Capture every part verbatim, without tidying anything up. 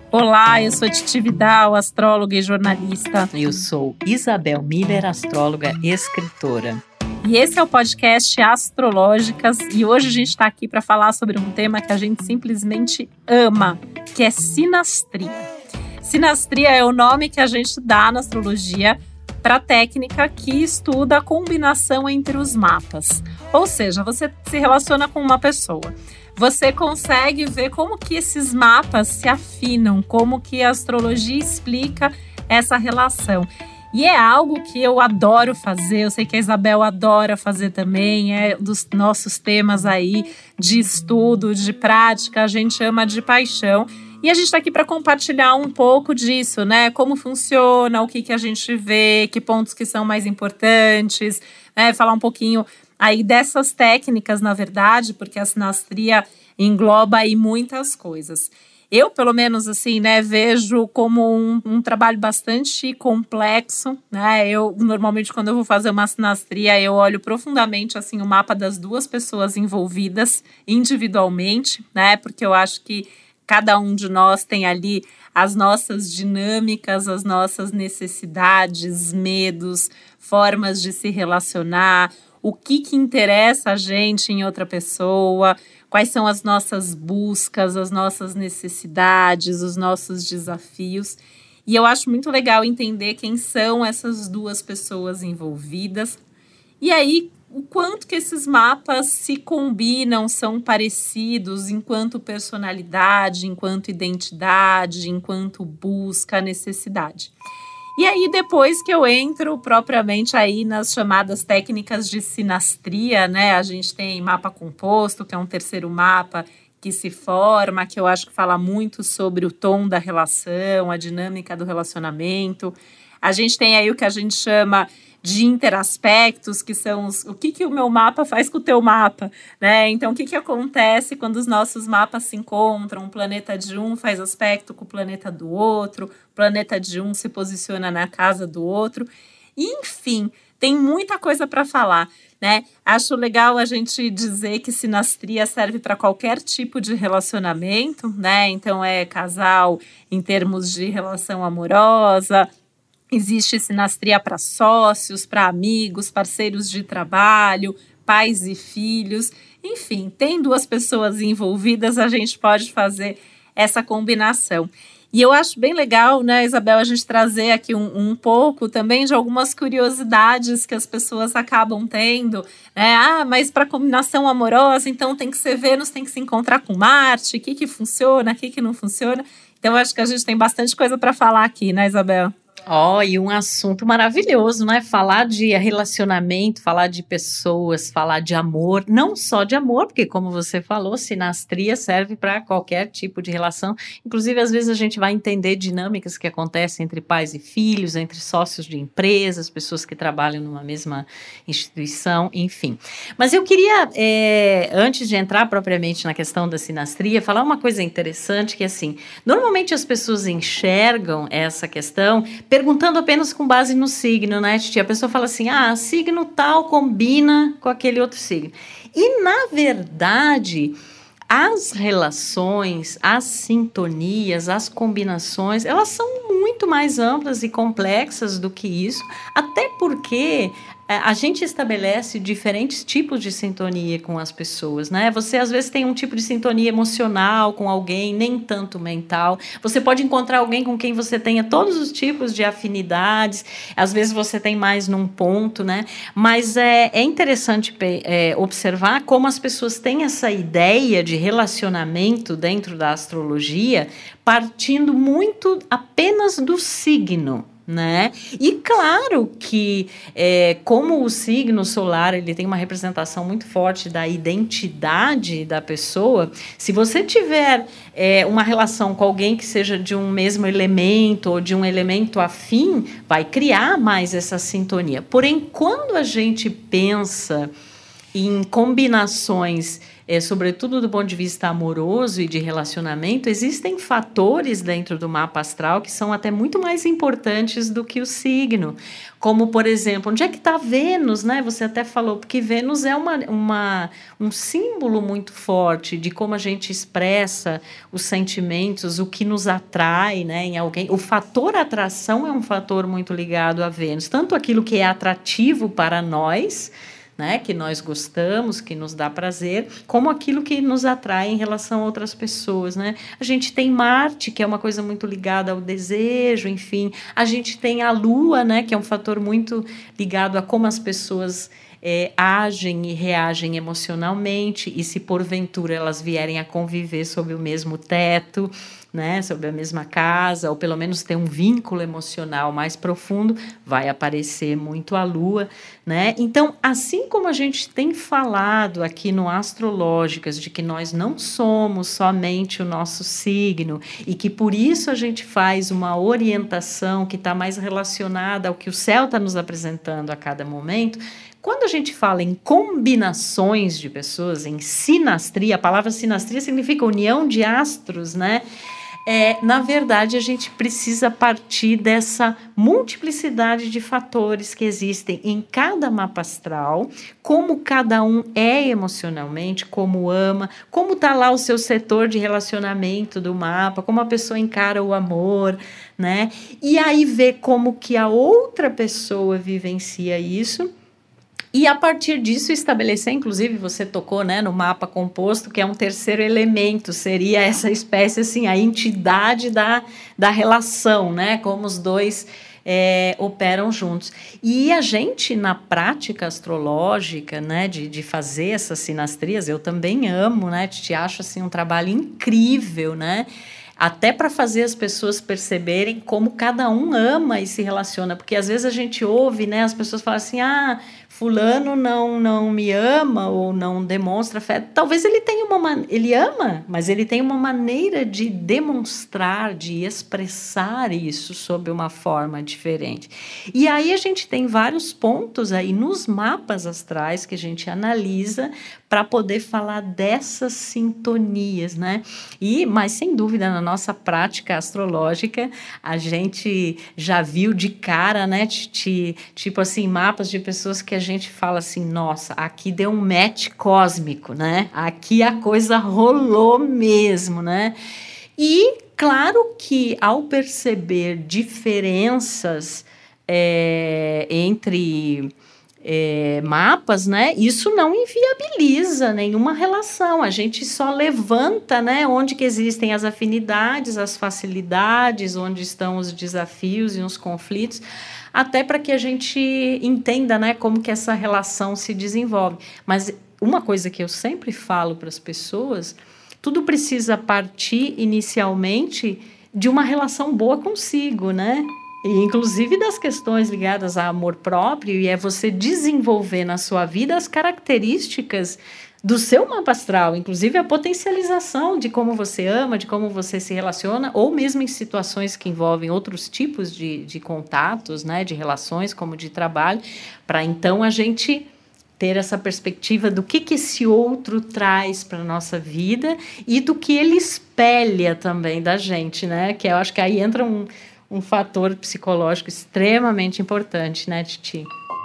Olá, eu sou Titi Vidal, astróloga e jornalista. Eu sou Isabel Miller, astróloga e escritora. E esse é o podcast Astrológicas e hoje a gente está aqui para falar sobre um tema que a gente simplesmente ama, que é sinastria. Sinastria é o nome que a gente dá na astrologia para a técnica que estuda a combinação entre os mapas. Ou seja, você se relaciona com uma pessoa. Você consegue ver como que esses mapas se afinam, como que a astrologia explica essa relação. E é algo que eu adoro fazer, eu sei que a Isabel adora fazer também, é dos nossos temas aí de estudo, de prática, a gente ama de paixão. E a gente está aqui para compartilhar um pouco disso, né? Como funciona, o que, que a gente vê, que pontos que são mais importantes, né? Falar um pouquinho aí dessas técnicas, na verdade, porque a sinastria engloba aí muitas coisas. Eu, pelo menos, assim, né, vejo como um, um trabalho bastante complexo, né? Eu, normalmente, quando eu vou fazer uma sinastria, eu olho profundamente, assim, o mapa das duas pessoas envolvidas individualmente, né? Porque eu acho que cada um de nós tem ali as nossas dinâmicas, as nossas necessidades, medos, formas de se relacionar, o que que interessa a gente em outra pessoa, quais são as nossas buscas, as nossas necessidades, os nossos desafios. E eu acho muito legal entender quem são essas duas pessoas envolvidas. E aí, o quanto que esses mapas se combinam, são parecidos enquanto personalidade, enquanto identidade, enquanto busca, necessidade. E aí, depois que eu entro propriamente aí nas chamadas técnicas de sinastria, né? A gente tem mapa composto, que é um terceiro mapa que se forma, que eu acho que fala muito sobre o tom da relação, a dinâmica do relacionamento. A gente tem aí o que a gente chama de interaspectos, que são os, o que, que o meu mapa faz com o teu mapa, né? Então, o que, que acontece quando os nossos mapas se encontram? O planeta de um faz aspecto com o planeta do outro, o planeta de um se posiciona na casa do outro. Enfim, tem muita coisa para falar, né? Acho legal a gente dizer que sinastria serve para qualquer tipo de relacionamento, né? Então, é casal em termos de relação amorosa. Existe sinastria para sócios, para amigos, parceiros de trabalho, pais e filhos. Enfim, tem duas pessoas envolvidas, a gente pode fazer essa combinação. E eu acho bem legal, né, Isabel, a gente trazer aqui um, um pouco também de algumas curiosidades que as pessoas acabam tendo, né? Ah, mas para combinação amorosa, então tem que ser Vênus, tem que se encontrar com Marte, o que que funciona, o que que não funciona. Então, eu acho que a gente tem bastante coisa para falar aqui, né, Isabel? Ó, oh, e um assunto maravilhoso, né? Falar de relacionamento, falar de pessoas, falar de amor, não só de amor, porque como você falou, sinastria serve para qualquer tipo de relação. Inclusive, às vezes a gente vai entender dinâmicas que acontecem entre pais e filhos, entre sócios de empresas, pessoas que trabalham numa mesma instituição, enfim. Mas eu queria, é, antes de entrar propriamente na questão da sinastria, falar uma coisa interessante que, assim, normalmente as pessoas enxergam essa questão perguntando apenas com base no signo, né, Titi? A pessoa fala assim, ah, signo tal combina com aquele outro signo. E, na verdade, as relações, as sintonias, as combinações, elas são muito mais amplas e complexas do que isso, até porque a gente estabelece diferentes tipos de sintonia com as pessoas, né? Você, às vezes, tem um tipo de sintonia emocional com alguém, nem tanto mental. Você pode encontrar alguém com quem você tenha todos os tipos de afinidades. Às vezes, você tem mais num ponto, né? Mas é, é interessante é, observar como as pessoas têm essa ideia de relacionamento dentro da astrologia partindo muito apenas do signo, né? E claro que é, como o signo solar ele tem uma representação muito forte da identidade da pessoa, se você tiver é, uma relação com alguém que seja de um mesmo elemento ou de um elemento afim, vai criar mais essa sintonia. Porém, quando a gente pensa em combinações é, sobretudo do ponto de vista amoroso e de relacionamento, existem fatores dentro do mapa astral que são até muito mais importantes do que o signo. Como, por exemplo, onde é que está Vênus, né? Você até falou, porque Vênus é uma, uma, um símbolo muito forte de como a gente expressa os sentimentos, o que nos atrai, né, em alguém. O fator atração é um fator muito ligado a Vênus. Tanto aquilo que é atrativo para nós, né, que nós gostamos, que nos dá prazer, como aquilo que nos atrai em relação a outras pessoas, né? A gente tem Marte, que é uma coisa muito ligada ao desejo, enfim. A gente tem a Lua, né, que é um fator muito ligado a como as pessoas é, agem e reagem emocionalmente, e se porventura elas vierem a conviver sob o mesmo teto, né, sobre a mesma casa, ou pelo menos ter um vínculo emocional mais profundo, vai aparecer muito a Lua, né? Então, assim como a gente tem falado aqui no Astrológicas de que nós não somos somente o nosso signo e que por isso a gente faz uma orientação que está mais relacionada ao que o céu está nos apresentando a cada momento, quando a gente fala em combinações de pessoas, em sinastria, a palavra sinastria significa união de astros, né? É, na verdade, a gente precisa partir dessa multiplicidade de fatores que existem em cada mapa astral, como cada um é emocionalmente, como ama, como está lá o seu setor de relacionamento do mapa, como a pessoa encara o amor, né? E aí ver como que a outra pessoa vivencia isso. E a partir disso estabelecer, inclusive você tocou, né, no mapa composto, que é um terceiro elemento, seria essa espécie, assim, a entidade da, da relação, né, como os dois é, operam juntos. E a gente, na prática astrológica, né, de, de fazer essas sinastrias, eu também amo, né, te acho assim, um trabalho incrível, né, até para fazer as pessoas perceberem como cada um ama e se relaciona, porque às vezes a gente ouve, né, as pessoas falam assim, ah, fulano não, não me ama ou não demonstra afeto. Talvez ele tenha uma man... ele ama, mas ele tem uma maneira de demonstrar, de expressar isso sob uma forma diferente. E aí a gente tem vários pontos aí nos mapas astrais que a gente analisa para poder falar dessas sintonias, né? E, mas sem dúvida, na nossa prática astrológica, a gente já viu de cara, né? Tipo assim, mapas de pessoas que a gente fala assim, nossa, aqui deu um match cósmico, né? Aqui a coisa rolou mesmo, né? E claro que ao perceber diferenças é, entre é, mapas, né? Isso não inviabiliza nenhuma relação. A gente só levanta, né? Onde que existem as afinidades, as facilidades, onde estão os desafios e os conflitos, até para que a gente entenda, né, como que essa relação se desenvolve. Mas uma coisa que eu sempre falo para as pessoas, tudo precisa partir inicialmente de uma relação boa consigo, né? E, inclusive das questões ligadas a amor próprio, e é você desenvolver na sua vida as características do seu mapa astral, inclusive a potencialização de como você ama, de como você se relaciona, ou mesmo em situações que envolvem outros tipos de, de contatos, né, de relações, como de trabalho, para então a gente ter essa perspectiva do que, que esse outro traz para a nossa vida e do que ele espelha também da gente, né? Que eu acho que aí entra um, um fator psicológico extremamente importante, né, Titi?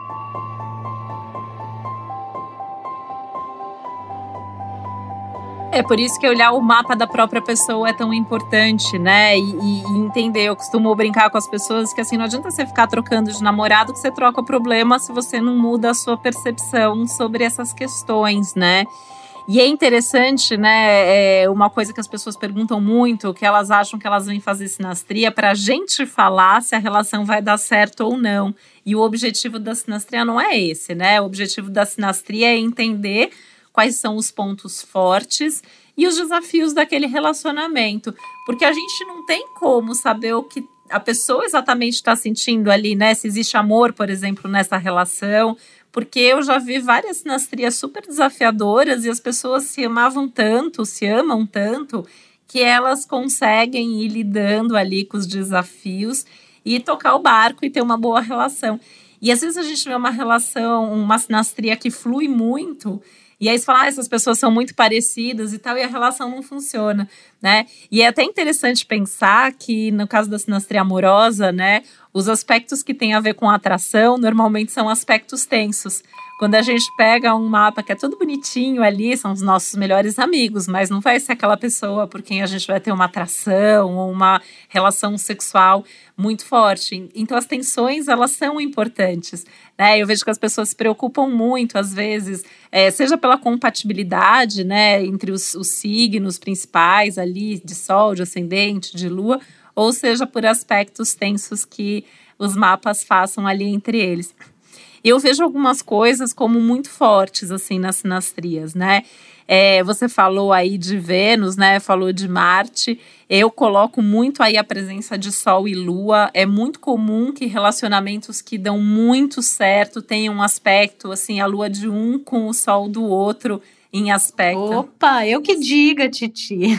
É por isso que olhar o mapa da própria pessoa é tão importante, né? E, e, e entender, eu costumo brincar com as pessoas que assim, não adianta você ficar trocando de namorado que você troca o problema se você não muda a sua percepção sobre essas questões, né? E é interessante, né? É uma coisa que as pessoas perguntam muito, que elas acham que elas vêm fazer sinastria para a gente falar se a relação vai dar certo ou não. E o objetivo da sinastria não é esse, né? O objetivo da sinastria é entender quais são os pontos fortes e os desafios daquele relacionamento. Porque a gente não tem como saber o que a pessoa exatamente está sentindo ali, né? Se existe amor, por exemplo, nessa relação. Porque eu já vi várias sinastrias super desafiadoras e as pessoas se amavam tanto, se amam tanto, que elas conseguem ir lidando ali com os desafios e tocar o barco e ter uma boa relação. E às vezes a gente vê uma relação, uma sinastria que flui muito. E aí você fala, ah, essas pessoas são muito parecidas e tal, e a relação não funciona, né? E é até interessante pensar que, no caso da sinastria amorosa, né, os aspectos que têm a ver com atração, normalmente são aspectos tensos. Quando a gente pega um mapa que é todo bonitinho ali, são os nossos melhores amigos, mas não vai ser aquela pessoa por quem a gente vai ter uma atração ou uma relação sexual muito forte. Então, as tensões, elas são importantes, né? Eu vejo que as pessoas se preocupam muito, às vezes, é, seja pela compatibilidade, né, entre os, os signos principais ali, de Sol, de Ascendente, de Lua, ou seja por aspectos tensos que os mapas façam ali entre eles. Eu vejo algumas coisas como muito fortes, assim, nas sinastrias, né? É, você falou aí de Vênus, né? Falou de Marte. Eu coloco muito aí a presença de Sol e Lua. É muito comum que relacionamentos que dão muito certo tenham um aspecto, assim, a Lua de um com o Sol do outro em aspecto. Opa, eu que diga, Titi.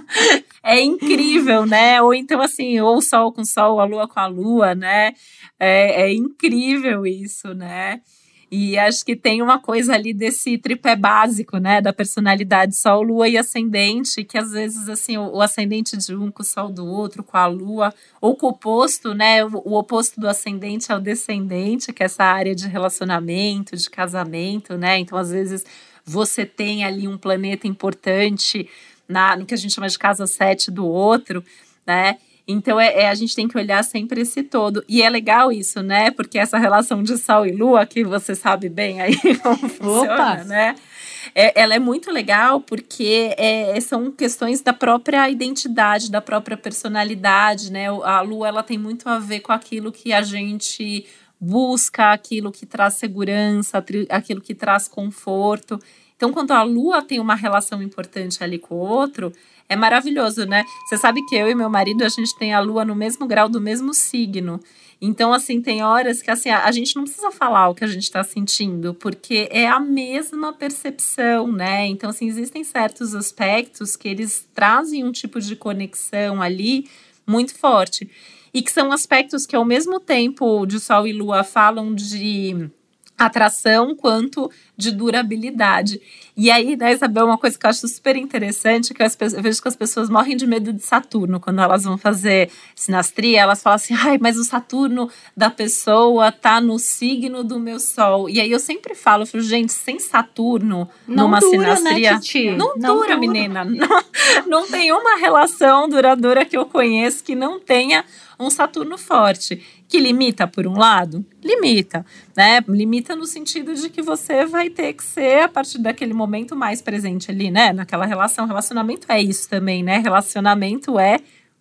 É incrível, né? Ou então, assim, ou o Sol com o Sol, a Lua com a Lua, né? É, é incrível isso, né? E acho que tem uma coisa ali desse tripé básico, né? Da personalidade Sol, Lua e Ascendente, que às vezes, assim, o, o ascendente de um com o Sol do outro, com a Lua, ou com o oposto, né? O, o oposto do ascendente é o descendente, que é essa área de relacionamento, de casamento, né? Então, às vezes, você tem ali um planeta importante na, no que a gente chama de casa sete do outro, né? Então, é, é, a gente tem que olhar sempre esse todo. E é legal isso, né? Porque essa relação de Sol e Lua, que você sabe bem aí como funciona, Opa. né? É, ela é muito legal porque é, são questões da própria identidade, da própria personalidade, né? A Lua, ela tem muito a ver com aquilo que a gente busca, aquilo que traz segurança, aquilo que traz conforto. Então, quando a Lua tem uma relação importante ali com o outro, é maravilhoso, né? Você sabe que eu e meu marido, a gente tem a Lua no mesmo grau do mesmo signo. Então, assim, tem horas que assim, a gente não precisa falar o que a gente está sentindo, porque é a mesma percepção, né? Então, assim, existem certos aspectos que eles trazem um tipo de conexão ali muito forte. E que são aspectos que, ao mesmo tempo, de Sol e Lua falam de atração quanto de durabilidade. E aí, né, Isabel, uma coisa que eu acho super interessante, que eu, eu vejo que as pessoas morrem de medo de Saturno, quando elas vão fazer sinastria, elas falam assim, ai, mas o Saturno da pessoa tá no signo do meu Sol. E aí eu sempre falo, eu falo, gente, sem Saturno não numa dura, sinastria, né, Titi? não, não dura, dura, menina. Não, não tem uma relação duradoura que eu conheço que não tenha um Saturno forte. Que limita por um lado? Limita, né? Limita no sentido de que você vai ter que ser, a partir daquele momento, mais presente ali, né? Naquela relação. Relacionamento é isso também, né? Relacionamento é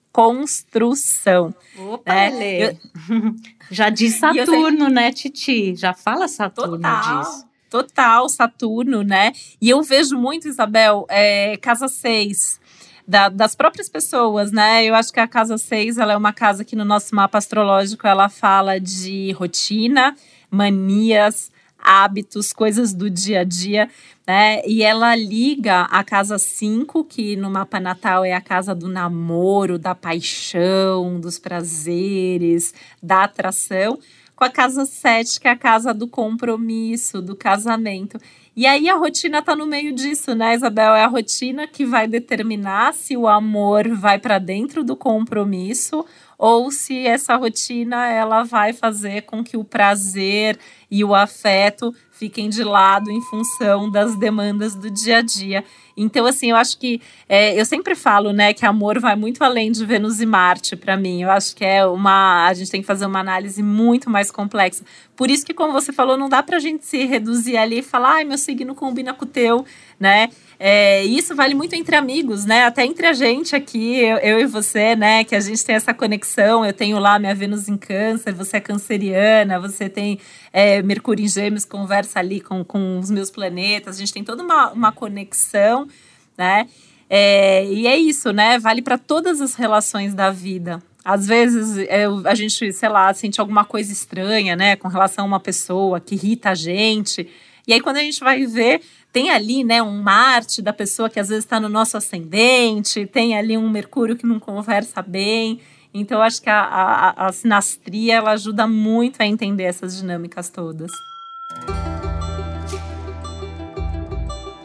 construção. Opa, né? Eu... Já diz Saturno, sei... né, Titi? Já fala Saturno Total. disso. Total, Saturno, né? E eu vejo muito, Isabel, é, casa seis... Da, das próprias pessoas, né? Eu acho que a casa seis, ela é uma casa que no nosso mapa astrológico ela fala de rotina, manias, hábitos, coisas do dia a dia, né? E ela liga a casa cinco, que no mapa natal é a casa do namoro, da paixão, dos prazeres, da atração, com a casa sete, que é a casa do compromisso, do casamento. E aí a rotina tá no meio disso, né, Isabel? É a rotina que vai determinar se o amor vai para dentro do compromisso ou se essa rotina ela vai fazer com que o prazer e o afeto fiquem de lado em função das demandas do dia a dia. Então, assim, eu acho que... É, eu sempre falo, né, que amor vai muito além de Vênus e Marte, para mim. Eu acho que é uma... A gente tem que fazer uma análise muito mais complexa. Por isso que, como você falou, não dá pra gente se reduzir ali e falar, ai, meu signo combina com o teu, né? É, isso vale muito entre amigos, né? Até entre a gente aqui, eu, eu e você, né? Que a gente tem essa conexão. Eu tenho lá minha Vênus em Câncer, você é canceriana, você tem é, Mercúrio em Gêmeos, conversa ali com, com os meus planetas. A gente tem toda uma, uma conexão, né? É, e é isso, né? Vale para todas as relações da vida. Às vezes é, a gente, sei lá, sente alguma coisa estranha, né? Com relação a uma pessoa que irrita a gente. E aí, quando a gente vai ver, tem ali, né, um Marte da pessoa que às vezes está no nosso ascendente, tem ali um Mercúrio que não conversa bem. Então, eu acho que a, a, a sinastria, ela ajuda muito a entender essas dinâmicas todas.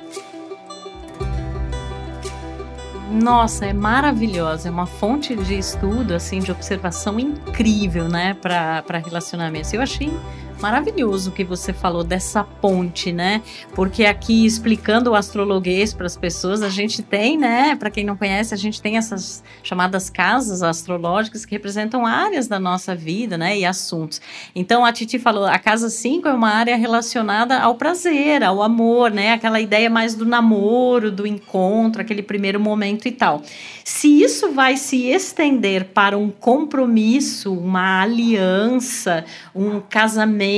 Nossa, é maravilhosa, é uma fonte de estudo, assim, de observação incrível, né, para relacionamentos. Eu achei maravilhoso o que você falou dessa ponte, né? Porque aqui, explicando o astrologuês para as pessoas, a gente tem, né? Para quem não conhece, a gente tem essas chamadas casas astrológicas que representam áreas da nossa vida, né? E assuntos. Então, a Titi falou, a casa cinco é uma área relacionada ao prazer, ao amor, né? Aquela ideia mais do namoro, do encontro, aquele primeiro momento e tal. Se isso vai se estender para um compromisso, uma aliança, um casamento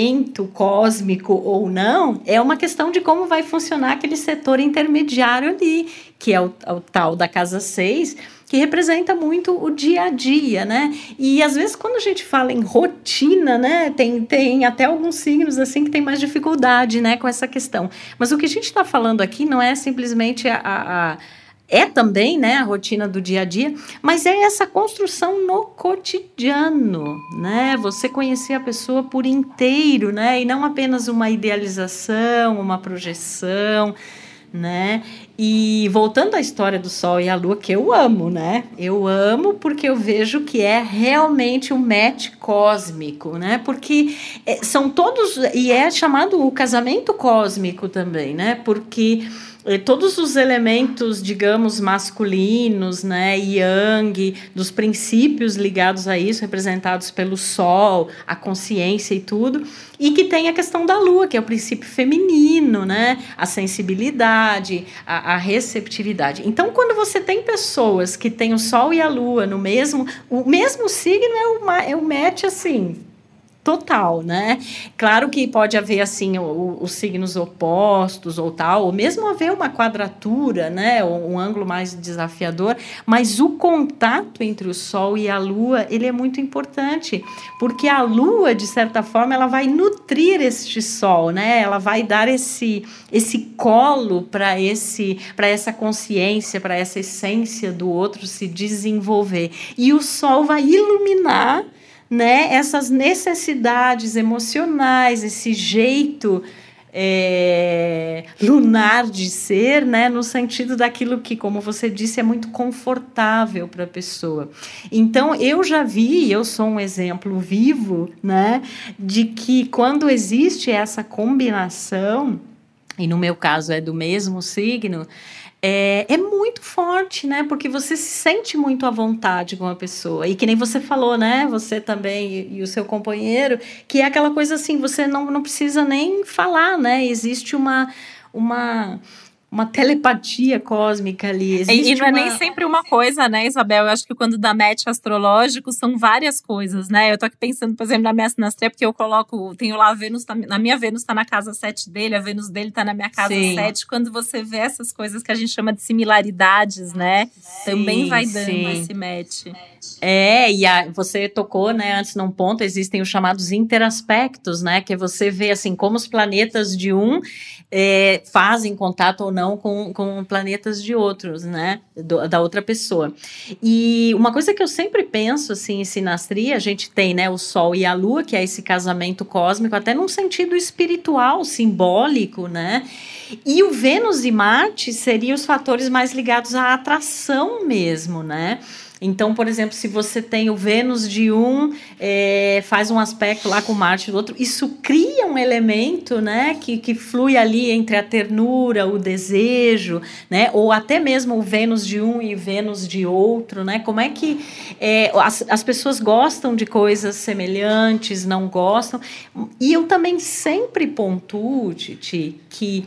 cósmico ou não, é uma questão de como vai funcionar aquele setor intermediário ali, que é o, o tal da casa seis, que representa muito o dia a dia, né? E às vezes quando a gente fala em rotina, né, tem, tem até alguns signos assim que tem mais dificuldade, né, com essa questão. Mas o que a gente está falando aqui não é simplesmente a, a, a é também, né, a rotina do dia a dia, mas é essa construção no cotidiano, né? Você conhecer a pessoa por inteiro, né? E não apenas uma idealização, uma projeção, né? E voltando à história do Sol e a Lua, que eu amo, né? Eu amo porque eu vejo que é realmente um match cósmico, né? Porque são todos... E é chamado o casamento cósmico também, né? Porque... todos os elementos, digamos, masculinos, né, yang, dos princípios ligados a isso, representados pelo Sol, a consciência e tudo, e que tem a questão da Lua, que é o princípio feminino, né, a sensibilidade, a, a receptividade. Então, quando você tem pessoas que têm o Sol e a Lua no mesmo, o mesmo signo é o, é o match, assim... total, né? Claro que pode haver, assim, o, os signos opostos ou tal, ou mesmo haver uma quadratura, né? Um, um ângulo mais desafiador, mas o contato entre o Sol e a Lua, ele é muito importante, porque a Lua, de certa forma, ela vai nutrir este Sol, né? Ela vai dar esse, esse colo para esse, para essa consciência, para essa essência do outro se desenvolver. E o Sol vai iluminar, né, essas necessidades emocionais, esse jeito é, lunar de ser, né, no sentido daquilo que, como você disse, é muito confortável para a pessoa. Então, eu já vi, eu sou um exemplo vivo, né, de que quando existe essa combinação, e no meu caso é do mesmo signo, É, é muito forte, né? Porque você se sente muito à vontade com a pessoa. E que nem você falou, né? Você também e, e o seu companheiro, que é aquela coisa assim, você não, não precisa nem falar, né? Existe uma... uma uma telepatia cósmica ali. Existe e, e não uma... é nem sempre uma coisa, né, Isabel? Eu acho que quando dá match astrológico, são várias coisas, né? Eu tô aqui pensando, por exemplo, na minha sinastria, porque eu coloco, tenho lá a Vênus, na minha Vênus tá na casa sete dele, a Vênus dele tá na minha casa sim. sete. Quando você vê essas coisas que a gente chama de similaridades, né? Sim, também vai dando sim. esse match. É, e a, você tocou, né, antes num ponto, existem os chamados interaspectos, né, que você vê, assim, como os planetas de um é, fazem contato ou não com, com planetas de outros, né, do, da outra pessoa. E uma coisa que eu sempre penso, assim, em sinastria, a gente tem, né, o Sol e a Lua, que é esse casamento cósmico, até num sentido espiritual, simbólico, né, e o Vênus e Marte seriam os fatores mais ligados à atração mesmo, né. Então, por exemplo, se você tem o Vênus de um, é, faz um aspecto lá com Marte do outro, isso cria um elemento, né, que, que flui ali entre a ternura, o desejo, né, ou até mesmo o Vênus de um e Vênus de outro, né, como é que é, as, as pessoas gostam de coisas semelhantes, não gostam, e eu também sempre pontuo, Titi, que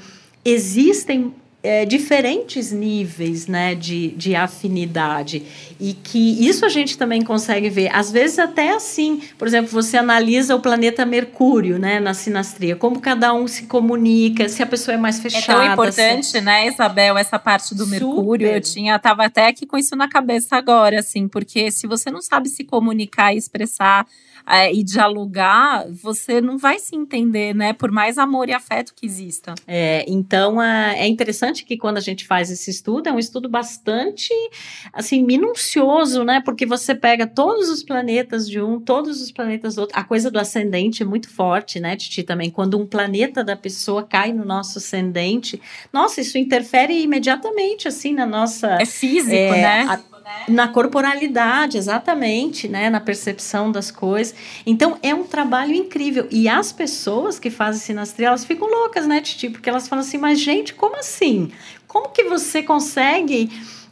existem É, diferentes níveis, né, de, de afinidade, e que isso a gente também consegue ver, às vezes até assim, por exemplo, você analisa o planeta Mercúrio, né, na sinastria, como cada um se comunica, se a pessoa é mais fechada. É tão importante, se... né, Isabel, essa parte do Super. Mercúrio, eu tinha, tava até aqui com isso na cabeça agora, assim, porque se você não sabe se comunicar e expressar É, e dialogar, você não vai se entender, né? Por mais amor e afeto que exista. É, então, é interessante interessante que quando a gente faz esse estudo, é um estudo bastante, assim, minucioso, né? Porque você pega todos os planetas de um, todos os planetas do outro. A coisa do ascendente é muito forte, né, Titi, também. Quando um planeta da pessoa cai no nosso ascendente, nossa, isso interfere imediatamente, assim, na nossa... É físico, é, né? A, na corporalidade, exatamente, né, na percepção das coisas. Então, é um trabalho incrível. E as pessoas que fazem sinastria, elas ficam loucas, né, Titi? Porque elas falam assim, mas gente, como assim? Como que você consegue...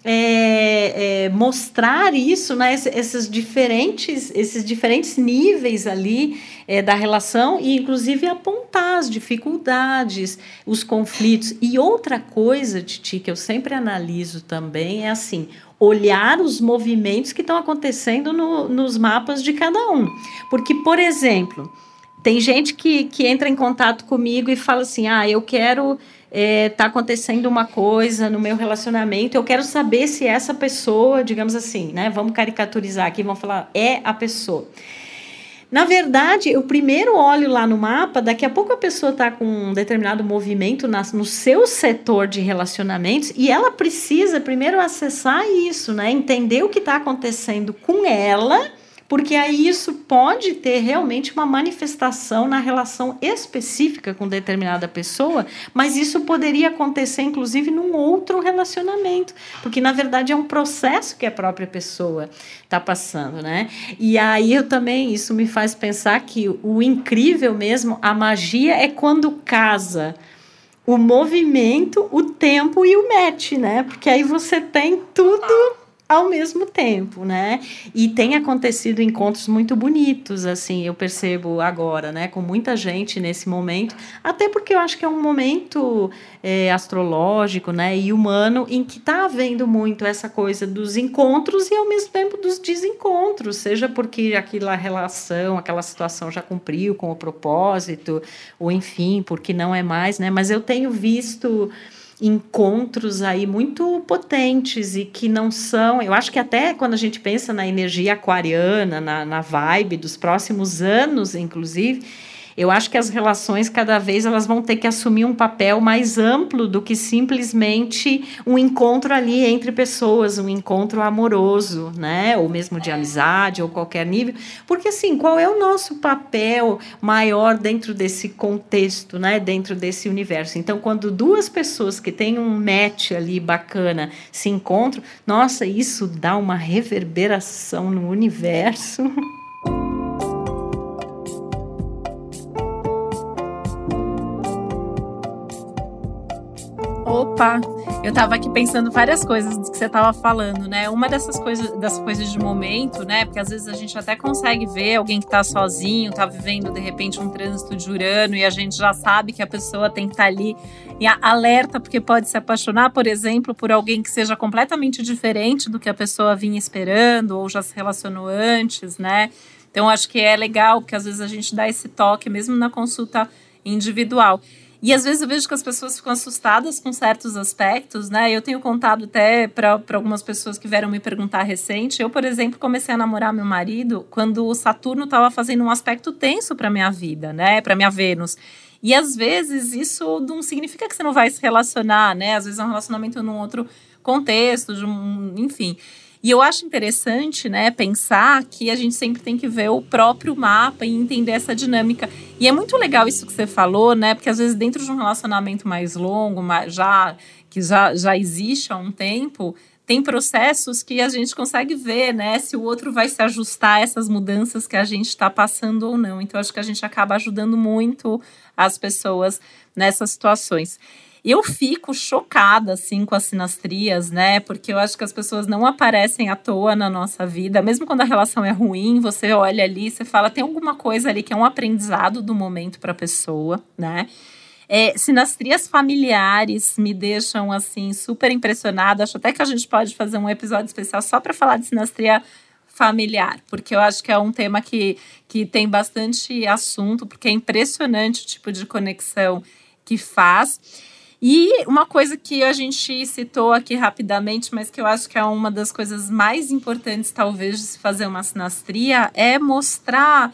É, é, mostrar isso, né, esses, esses, diferentes, esses diferentes níveis ali é, da relação e, inclusive, apontar as dificuldades, os conflitos. E outra coisa, Titi, que eu sempre analiso também é assim, olhar os movimentos que estão acontecendo no, nos mapas de cada um. Porque, por exemplo, tem gente que, que entra em contato comigo e fala assim, ah, eu quero... está é, acontecendo uma coisa no meu relacionamento, eu quero saber se essa pessoa, digamos assim, né, vamos caricaturizar aqui, vamos falar, é a pessoa. Na verdade, eu primeiro olho lá no mapa, daqui a pouco a pessoa está com um determinado movimento na, no seu setor de relacionamentos e ela precisa primeiro acessar isso, né, entender o que está acontecendo com ela, porque aí isso pode ter realmente uma manifestação na relação específica com determinada pessoa, mas isso poderia acontecer, inclusive, num outro relacionamento, porque, na verdade, é um processo que a própria pessoa está passando, né? E aí eu também, isso me faz pensar que o incrível mesmo, a magia é quando casa o movimento, o tempo e o match, né? Porque aí você tem tudo... ao mesmo tempo, né? E tem acontecido encontros muito bonitos, assim, eu percebo agora, né? Com muita gente nesse momento, até porque eu acho que é um momento é, astrológico, né? E humano, em que está havendo muito essa coisa dos encontros e, ao mesmo tempo, dos desencontros, seja porque aquela relação, aquela situação já cumpriu com o propósito, ou, enfim, porque não é mais, né? Mas eu tenho visto... encontros aí muito potentes e que não são... Eu acho que até quando a gente pensa na energia aquariana, na, na vibe dos próximos anos, inclusive, eu acho que as relações cada vez elas vão ter que assumir um papel mais amplo do que simplesmente um encontro ali entre pessoas, um encontro amoroso, né? Ou mesmo de amizade, ou qualquer nível. Porque, assim, qual é o nosso papel maior dentro desse contexto, né? Dentro desse universo? Então, quando duas pessoas que têm um match ali bacana se encontram, nossa, isso dá uma reverberação no universo... Opa, eu estava aqui pensando várias coisas do que você estava falando, né? Uma dessas coisas, das coisas de momento, né? Porque às vezes a gente até consegue ver alguém que está sozinho, está vivendo de repente um trânsito de Urano e a gente já sabe que a pessoa tem que estar tá ali e alerta porque pode se apaixonar, por exemplo, por alguém que seja completamente diferente do que a pessoa vinha esperando ou já se relacionou antes, né? Então acho que é legal porque às vezes a gente dá esse toque mesmo na consulta individual. E às vezes eu vejo que as pessoas ficam assustadas com certos aspectos, né? Eu tenho contado até para algumas pessoas que vieram me perguntar recente. Eu, por exemplo, comecei a namorar meu marido quando o Saturno estava fazendo um aspecto tenso para minha vida, né? Para minha Vênus. E às vezes isso não significa que você não vai se relacionar, né? Às vezes é um relacionamento num outro contexto, de um, enfim... E eu acho interessante, né, pensar que a gente sempre tem que ver o próprio mapa e entender essa dinâmica. E é muito legal isso que você falou, né, porque às vezes dentro de um relacionamento mais longo, já, que já, já existe há um tempo, tem processos que a gente consegue ver, né, se o outro vai se ajustar a essas mudanças que a gente está passando ou não. Então, acho que a gente acaba ajudando muito as pessoas nessas situações. Eu fico chocada, assim, com as sinastrias, né? Porque eu acho que as pessoas não aparecem à toa na nossa vida. Mesmo quando a relação é ruim, você olha ali, você fala, tem alguma coisa ali que é um aprendizado do momento para a pessoa, né? É, sinastrias familiares me deixam, assim, super impressionada. Acho até que a gente pode fazer um episódio especial só para falar de sinastria familiar, porque eu acho que é um tema que, que tem bastante assunto, porque é impressionante o tipo de conexão que faz. E uma coisa que a gente citou aqui rapidamente, mas que eu acho que é uma das coisas mais importantes, talvez, de se fazer uma sinastria, é mostrar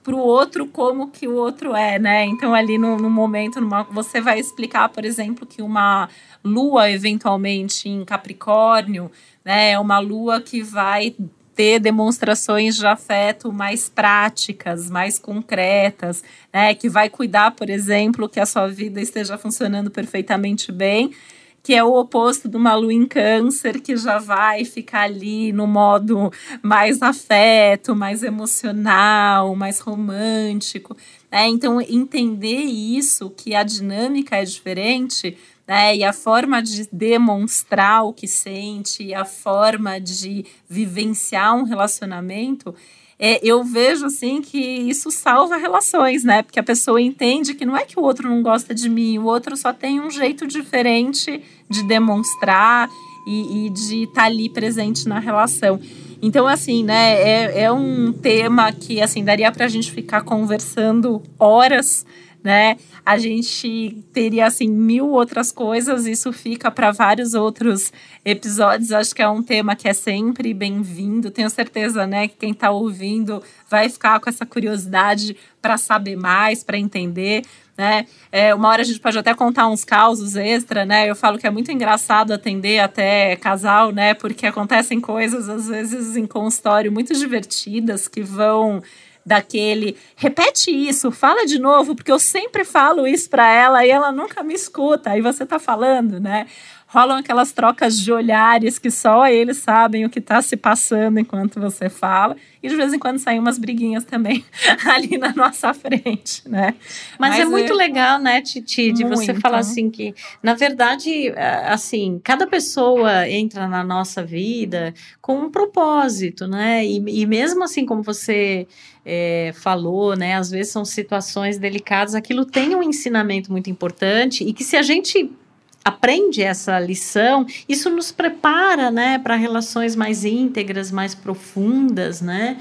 para o outro como que o outro é, né? Então, ali no, no momento, numa, você vai explicar, por exemplo, que uma lua, eventualmente, em Capricórnio, né, é uma lua que vai ter demonstrações de afeto mais práticas, mais concretas, né, que vai cuidar, por exemplo, que a sua vida esteja funcionando perfeitamente bem, que é o oposto de uma lua em Câncer, que já vai ficar ali no modo mais afeto, mais emocional, mais romântico. Né? Então, entender isso, que a dinâmica é diferente, né? E a forma de demonstrar o que sente, e a forma de vivenciar um relacionamento, É, eu vejo, assim, que isso salva relações, né? Porque a pessoa entende que não é que o outro não gosta de mim, o outro só tem um jeito diferente de demonstrar e, e de estar tá ali presente na relação. Então, assim, né, é, é um tema que, assim, daria pra gente ficar conversando horas, né? A gente teria, assim, mil outras coisas, isso fica para vários outros episódios. Acho que é um tema que é sempre bem-vindo. Tenho certeza, né, que quem está ouvindo vai ficar com essa curiosidade para saber mais, para entender, né? É, uma hora a gente pode até contar uns causos extra, né? Eu falo que é muito engraçado atender até casal, né? Porque acontecem coisas, às vezes, em consultório muito divertidas que vão daquele, repete isso, fala de novo, porque eu sempre falo isso para ela e ela nunca me escuta, aí você tá falando, né? Rolam aquelas trocas de olhares que só eles sabem o que está se passando enquanto você fala, e de vez em quando saem umas briguinhas também ali na nossa frente, né? Mas, Mas é muito é... legal, né, Titi, de muito. Você falar assim que, na verdade, assim, cada pessoa entra na nossa vida com um propósito, né? E, e mesmo assim, como você é, falou, né, às vezes são situações delicadas, aquilo tem um ensinamento muito importante e que se a gente aprende essa lição, isso nos prepara, né, para relações mais íntegras, mais profundas, né,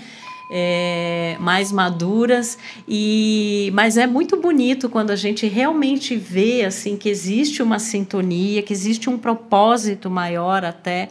é, mais maduras, e, mas é muito bonito quando a gente realmente vê, assim, que existe uma sintonia, que existe um propósito maior até,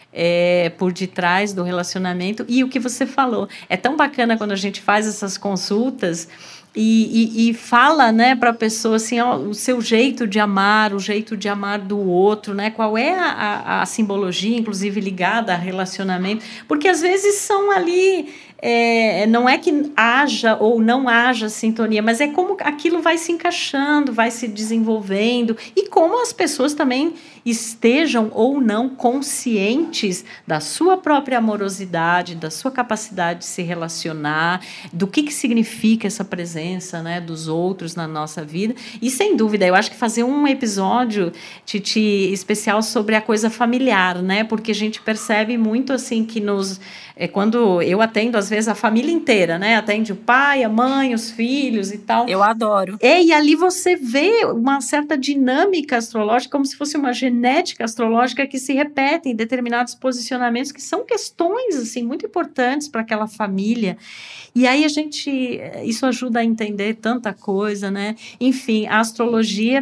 É, por detrás do relacionamento. E o que você falou, é tão bacana quando a gente faz essas consultas e, e, e fala, né, para a pessoa assim, ó, o seu jeito de amar, o jeito de amar do outro, né, qual é a, a, a simbologia, inclusive ligada a relacionamento, porque às vezes são ali, é, não é que haja ou não haja sintonia, mas é como aquilo vai se encaixando, vai se desenvolvendo, e como as pessoas também estejam ou não conscientes da sua própria amorosidade, da sua capacidade de se relacionar, do que, que significa essa presença, né, dos outros na nossa vida. E, sem dúvida, eu acho que fazer um episódio, Titi, especial sobre a coisa familiar, né, porque a gente percebe muito, assim, que nos... É, quando eu atendo, às vezes, a família inteira, né, atende o pai, a mãe, os filhos e tal. Eu adoro. É, e ali você vê uma certa dinâmica astrológica, como se fosse uma genética astrológica que se repete em determinados posicionamentos, que são questões, assim, muito importantes para aquela família. E aí a gente, isso ajuda a entender tanta coisa, né? Enfim, a astrologia,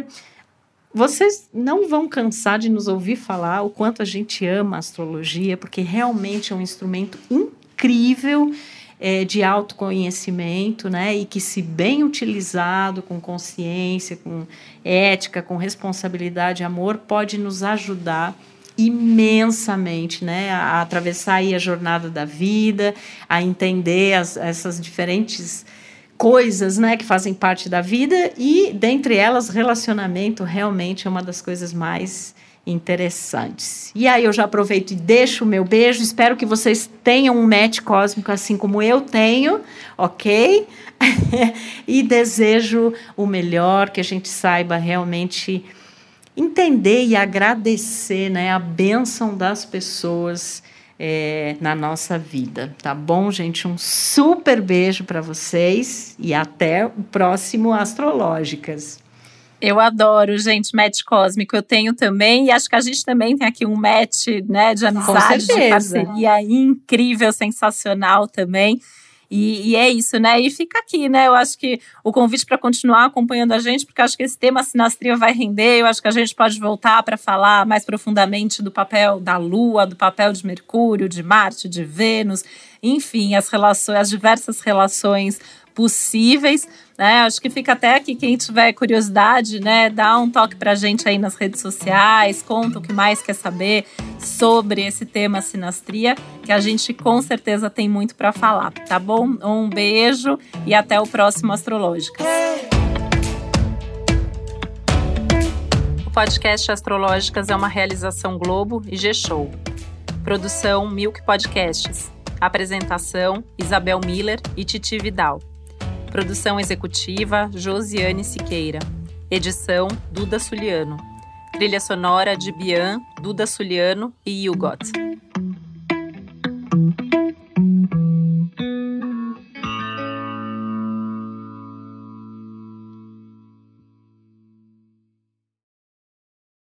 vocês não vão cansar de nos ouvir falar o quanto a gente ama a astrologia, porque realmente é um instrumento incrível, É, de autoconhecimento, né, e que, se bem utilizado, com consciência, com ética, com responsabilidade e amor, pode nos ajudar imensamente, né, a, a atravessar aí a jornada da vida, a entender as, essas diferentes coisas, né, que fazem parte da vida, e, dentre elas, relacionamento realmente é uma das coisas mais interessantes. E aí eu já aproveito e deixo o meu beijo, espero que vocês tenham um match cósmico assim como eu tenho, ok? E desejo o melhor, que a gente saiba realmente entender e agradecer, né, a bênção das pessoas é, na nossa vida, tá bom, gente? Um super beijo para vocês e até o próximo Astrológicas. Eu adoro, gente, match cósmico. Eu tenho também, e acho que a gente também tem aqui um match, né, de amizade, de parceria incrível, sensacional também. E, e é isso, né? E fica aqui, né? Eu acho que o convite para continuar acompanhando a gente, porque eu acho que esse tema sinastria vai render. Eu acho que a gente pode voltar para falar mais profundamente do papel da Lua, do papel de Mercúrio, de Marte, de Vênus, enfim, as relações, as diversas relações possíveis, né? Acho que fica até aqui, quem tiver curiosidade, né, dá um toque pra gente aí nas redes sociais, conta o que mais quer saber sobre esse tema sinastria, que a gente com certeza tem muito para falar, tá bom? Um beijo e até o próximo Astrológicas. O podcast Astrológicas é uma realização Globo e G-Show. Produção Milk Podcasts. Apresentação Isabel Miller e Titi Vidal. Produção executiva Josiane Siqueira. Edição Duda Suliano. Trilha sonora de Bian, Duda Suliano e Hugot.